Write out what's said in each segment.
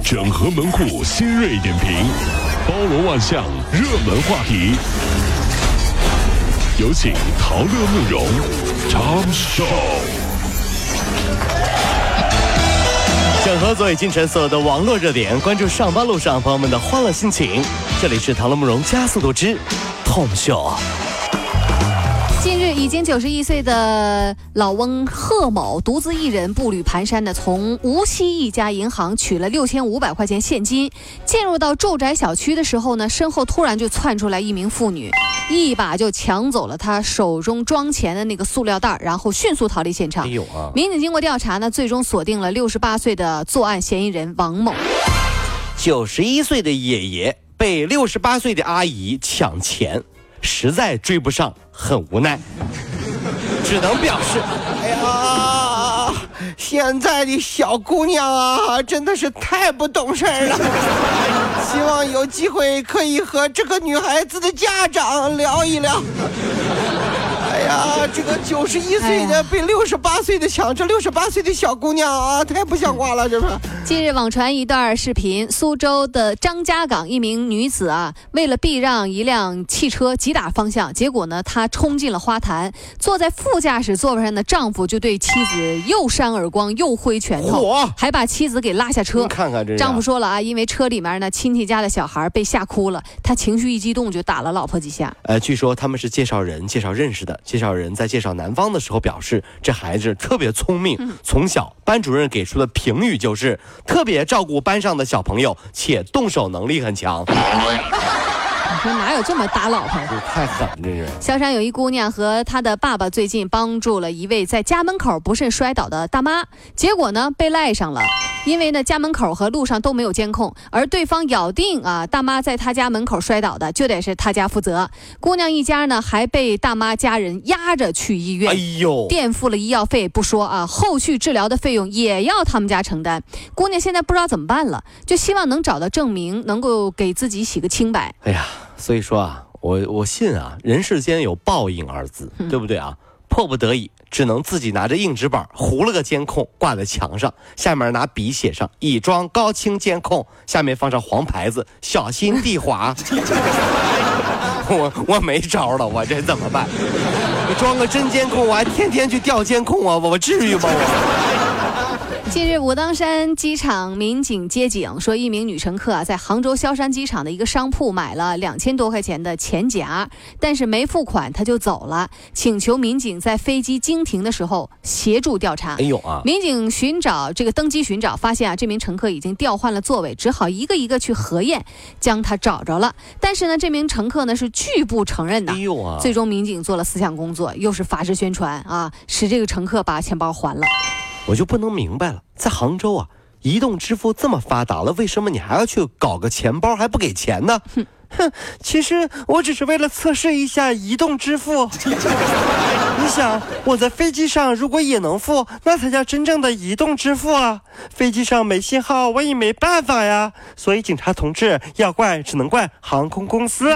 整合门户新锐点评，包罗万象，热门话题。有请陶乐慕容Tom Show。 整合昨夜今晨所有的网络热点，关注上班路上朋友们的欢乐心情。这里是陶乐慕容加速度之Tom Show。 近日，已经91岁的老翁贺某独自一人步履蹒跚的从无锡一家银行取了6500块钱现金，进入到住宅小区的时候呢，身后突然就窜出来一名妇女，一把就抢走了他手中装钱的那个塑料袋，然后迅速逃离现场。民警经过调查呢，最终锁定了68岁的作案嫌疑人王某。 91岁的爷爷被68岁的阿姨抢钱，实在追不上，很无奈，只能表示：哎呀，现在的小姑娘啊，真的是太不懂事了。希望有机会可以和这个女孩子的家长聊一聊。哎呀，这个91岁的被68岁的抢，这68岁的小姑娘啊，太不像话了，这不。 近日网传一段视频，苏州的张家港一名女子啊，为了避让一辆汽车急打方向，结果呢，她冲进了花坛，坐在副驾驶座位上的丈夫就对妻子又扇耳光又挥拳头，还把妻子给拉下车。 看看这， 丈夫说了啊，因为车里面呢亲戚家的小孩被吓哭了，他情绪一激动就打了老婆几下。 据说他们是介绍人介绍认识的，介绍人在介绍男方的时候表示，这孩子特别聪明，从小班主任给出的评语就是特别照顾班上的小朋友，且动手能力很强。 你说哪有这么打老婆的？ 太狠，这是。 萧山有一姑娘和她的爸爸最近帮助了一位在家门口不慎摔倒的大妈，结果呢被赖上了。因为呢家门口和路上都没有监控，而对方咬定啊大妈在她家门口摔倒的就得是她家负责。姑娘一家呢还被大妈家人押着去医院，垫付了医药费不说啊，后续治疗的费用也要他们家承担。姑娘现在不知道怎么办了，就希望能找到证明，能够给自己洗个清白。 哎呀，所以说啊，我信啊，人世间有报应二字，对不对啊？迫不得已，只能自己拿着硬纸板糊了个监控挂在墙上，下面拿笔写上已装高清监控，下面放上黄牌子，小心地滑。我没招了，我这怎么办？我装个真监控，我还天天去调监控啊，我至于吗我？ 近日，武当山机场民警接警说，一名女乘客在杭州萧山机场的一个商铺买了2000多块钱的钱夹，但是没付款，她就走了，请求民警在飞机经停的时候协助调查。民警登机寻找，发现啊这名乘客已经调换了座位，只好一个一个去核验，将他找着了。但是呢，这名乘客呢是拒不承认的。最终民警做了思想工作，又是法制宣传啊，使这个乘客把钱包还了。 我就不能明白了，在杭州啊，移动支付这么发达了，为什么你还要去搞个钱包还不给钱呢？其实我只是为了测试一下移动支付。你想，我在飞机上如果也能付，那才叫真正的移动支付啊！飞机上没信号，我也没办法呀。所以警察同志要怪，只能怪航空公司。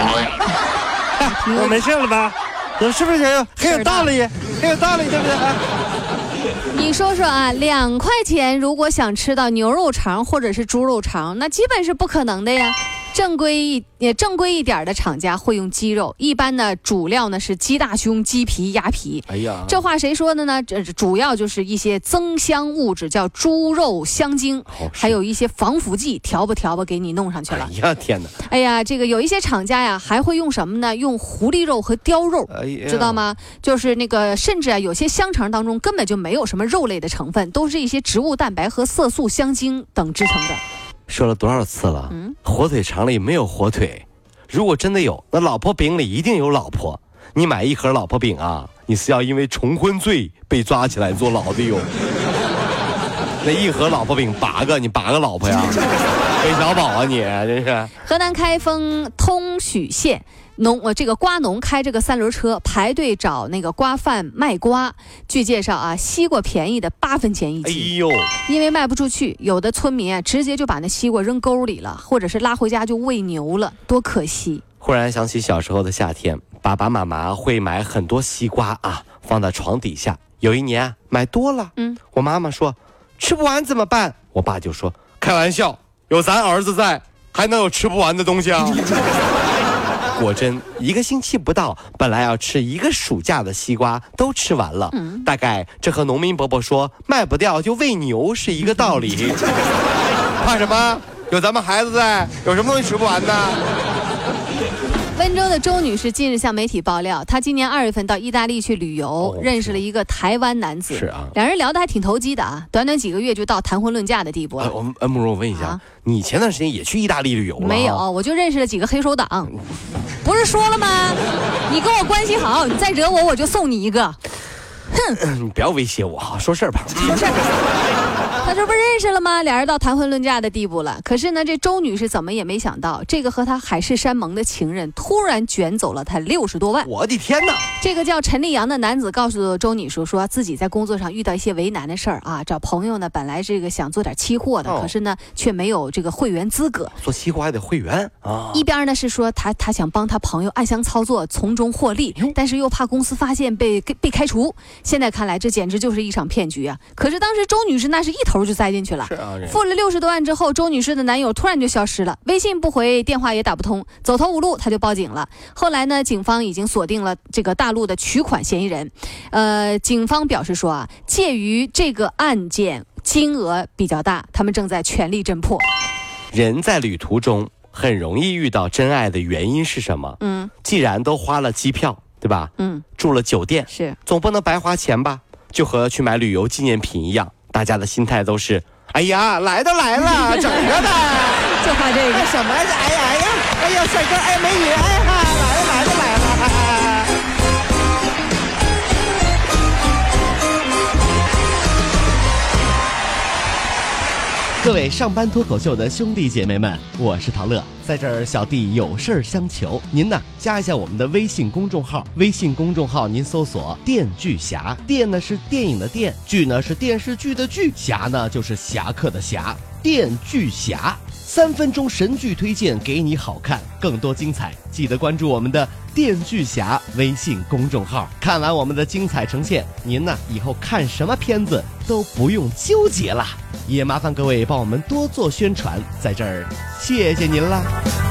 我没事了吧？我是不是很有道理？很有道理，对不对？ 你说说啊，2块钱如果想吃到牛肉肠或者是猪肉肠，那基本是不可能的呀。正规一点的厂家会用鸡肉，一般的主料呢是鸡大胸、鸡皮、鸭皮。这话谁说的呢？这主要就是一些增香物质，叫猪肉香精，还有一些防腐剂，调吧给你弄上去了。 天哪！ 哎呀，这个有一些厂家呀还会用什么呢？用狐狸肉和雕肉，知道吗？就是那个，甚至啊有些香肠当中根本就没有什么肉类的成分，都是一些植物蛋白和色素、香精等制成的。 说了多少次了？火腿肠里没有火腿，如果真的有，那老婆饼里一定有老婆。你买一盒老婆饼啊，你是要因为重婚罪被抓起来坐牢的哟。那一盒老婆饼8个，你8个老婆呀？韦小宝啊你，真是。 河南开封通许县这个瓜农开这个3轮车排队找那个瓜贩卖瓜。据介绍啊，西瓜便宜的8分钱一斤。因为卖不出去，有的村民啊直接就把那西瓜扔沟里了，或者是拉回家就喂牛了，多可惜。 忽然想起小时候的夏天，爸爸妈妈会买很多西瓜啊，放在床底下。有一年买多了，我妈妈说吃不完怎么办？我爸就说开玩笑， 有咱儿子在，还能有吃不完的东西啊？果真1个星期不到，本来要吃1个暑假的西瓜都吃完了。大概这和农民伯伯说卖不掉就喂牛是一个道理。怕什么？有咱们孩子在，有什么东西吃不完的？ 温州的周女士近日向媒体爆料，她今年2月份到意大利去旅游，认识了一个台湾男子。 是啊， 两人聊得还挺投机的啊，短短几个月就到谈婚论嫁的地步了。 慕容，我问一下，你前段时间也去意大利旅游了？ 没有，我就认识了几个黑手党。不是说了吗？你跟我关系好，你再惹我，我就送你一个。 哼，你不要威胁我哈，说事儿吧。 说事儿。他这不认识了吗？俩人到谈婚论嫁的地步了。可是呢，这周女士怎么也没想到，这个和她海誓山盟的情人突然卷走了她60多万。 我的天哪！ 这个叫陈立阳的男子告诉周女士说，自己在工作上遇到一些为难的事儿啊，找朋友呢，本来这个想做点期货的，可是呢，却没有这个会员资格。 做期货还得会员啊。 一边呢是说他想帮他朋友暗箱操作，从中获利，但是又怕公司发现被开除。现在看来，这简直就是一场骗局啊！可是当时周女士那是一头就栽进去了。付了60多万之后，周女士的男友突然就消失了，微信不回，电话也打不通，走投无路，她就报警了。后来呢，警方已经锁定了这个大陆的取款嫌疑人。警方表示说啊，介于这个案件金额比较大，他们正在全力侦破。 人在旅途中很容易遇到真爱的原因是什么？既然都花了机票，对吧？住了酒店， 是总不能白花钱吧？就和去买旅游纪念品一样，大家的心态都是。哎呀，来都来了，整个的， 就怕这个什么？哎呀，帅哥，哎，美女，哎哈，来了。 各位上班脱口秀的兄弟姐妹们，我是陶乐，在这儿小弟有事相求，您呢加一下我们的微信公众号，微信公众号您搜索电锯侠，电呢是电影的电，剧呢是电视剧的剧，侠呢就是侠客的侠，电锯侠，3分钟神剧推荐给你好看，更多精彩记得关注我们的电锯侠微信公众号。看完我们的精彩呈现，您呢以后看什么片子都不用纠结了，也麻烦各位帮我们多做宣传，在这儿谢谢您啦。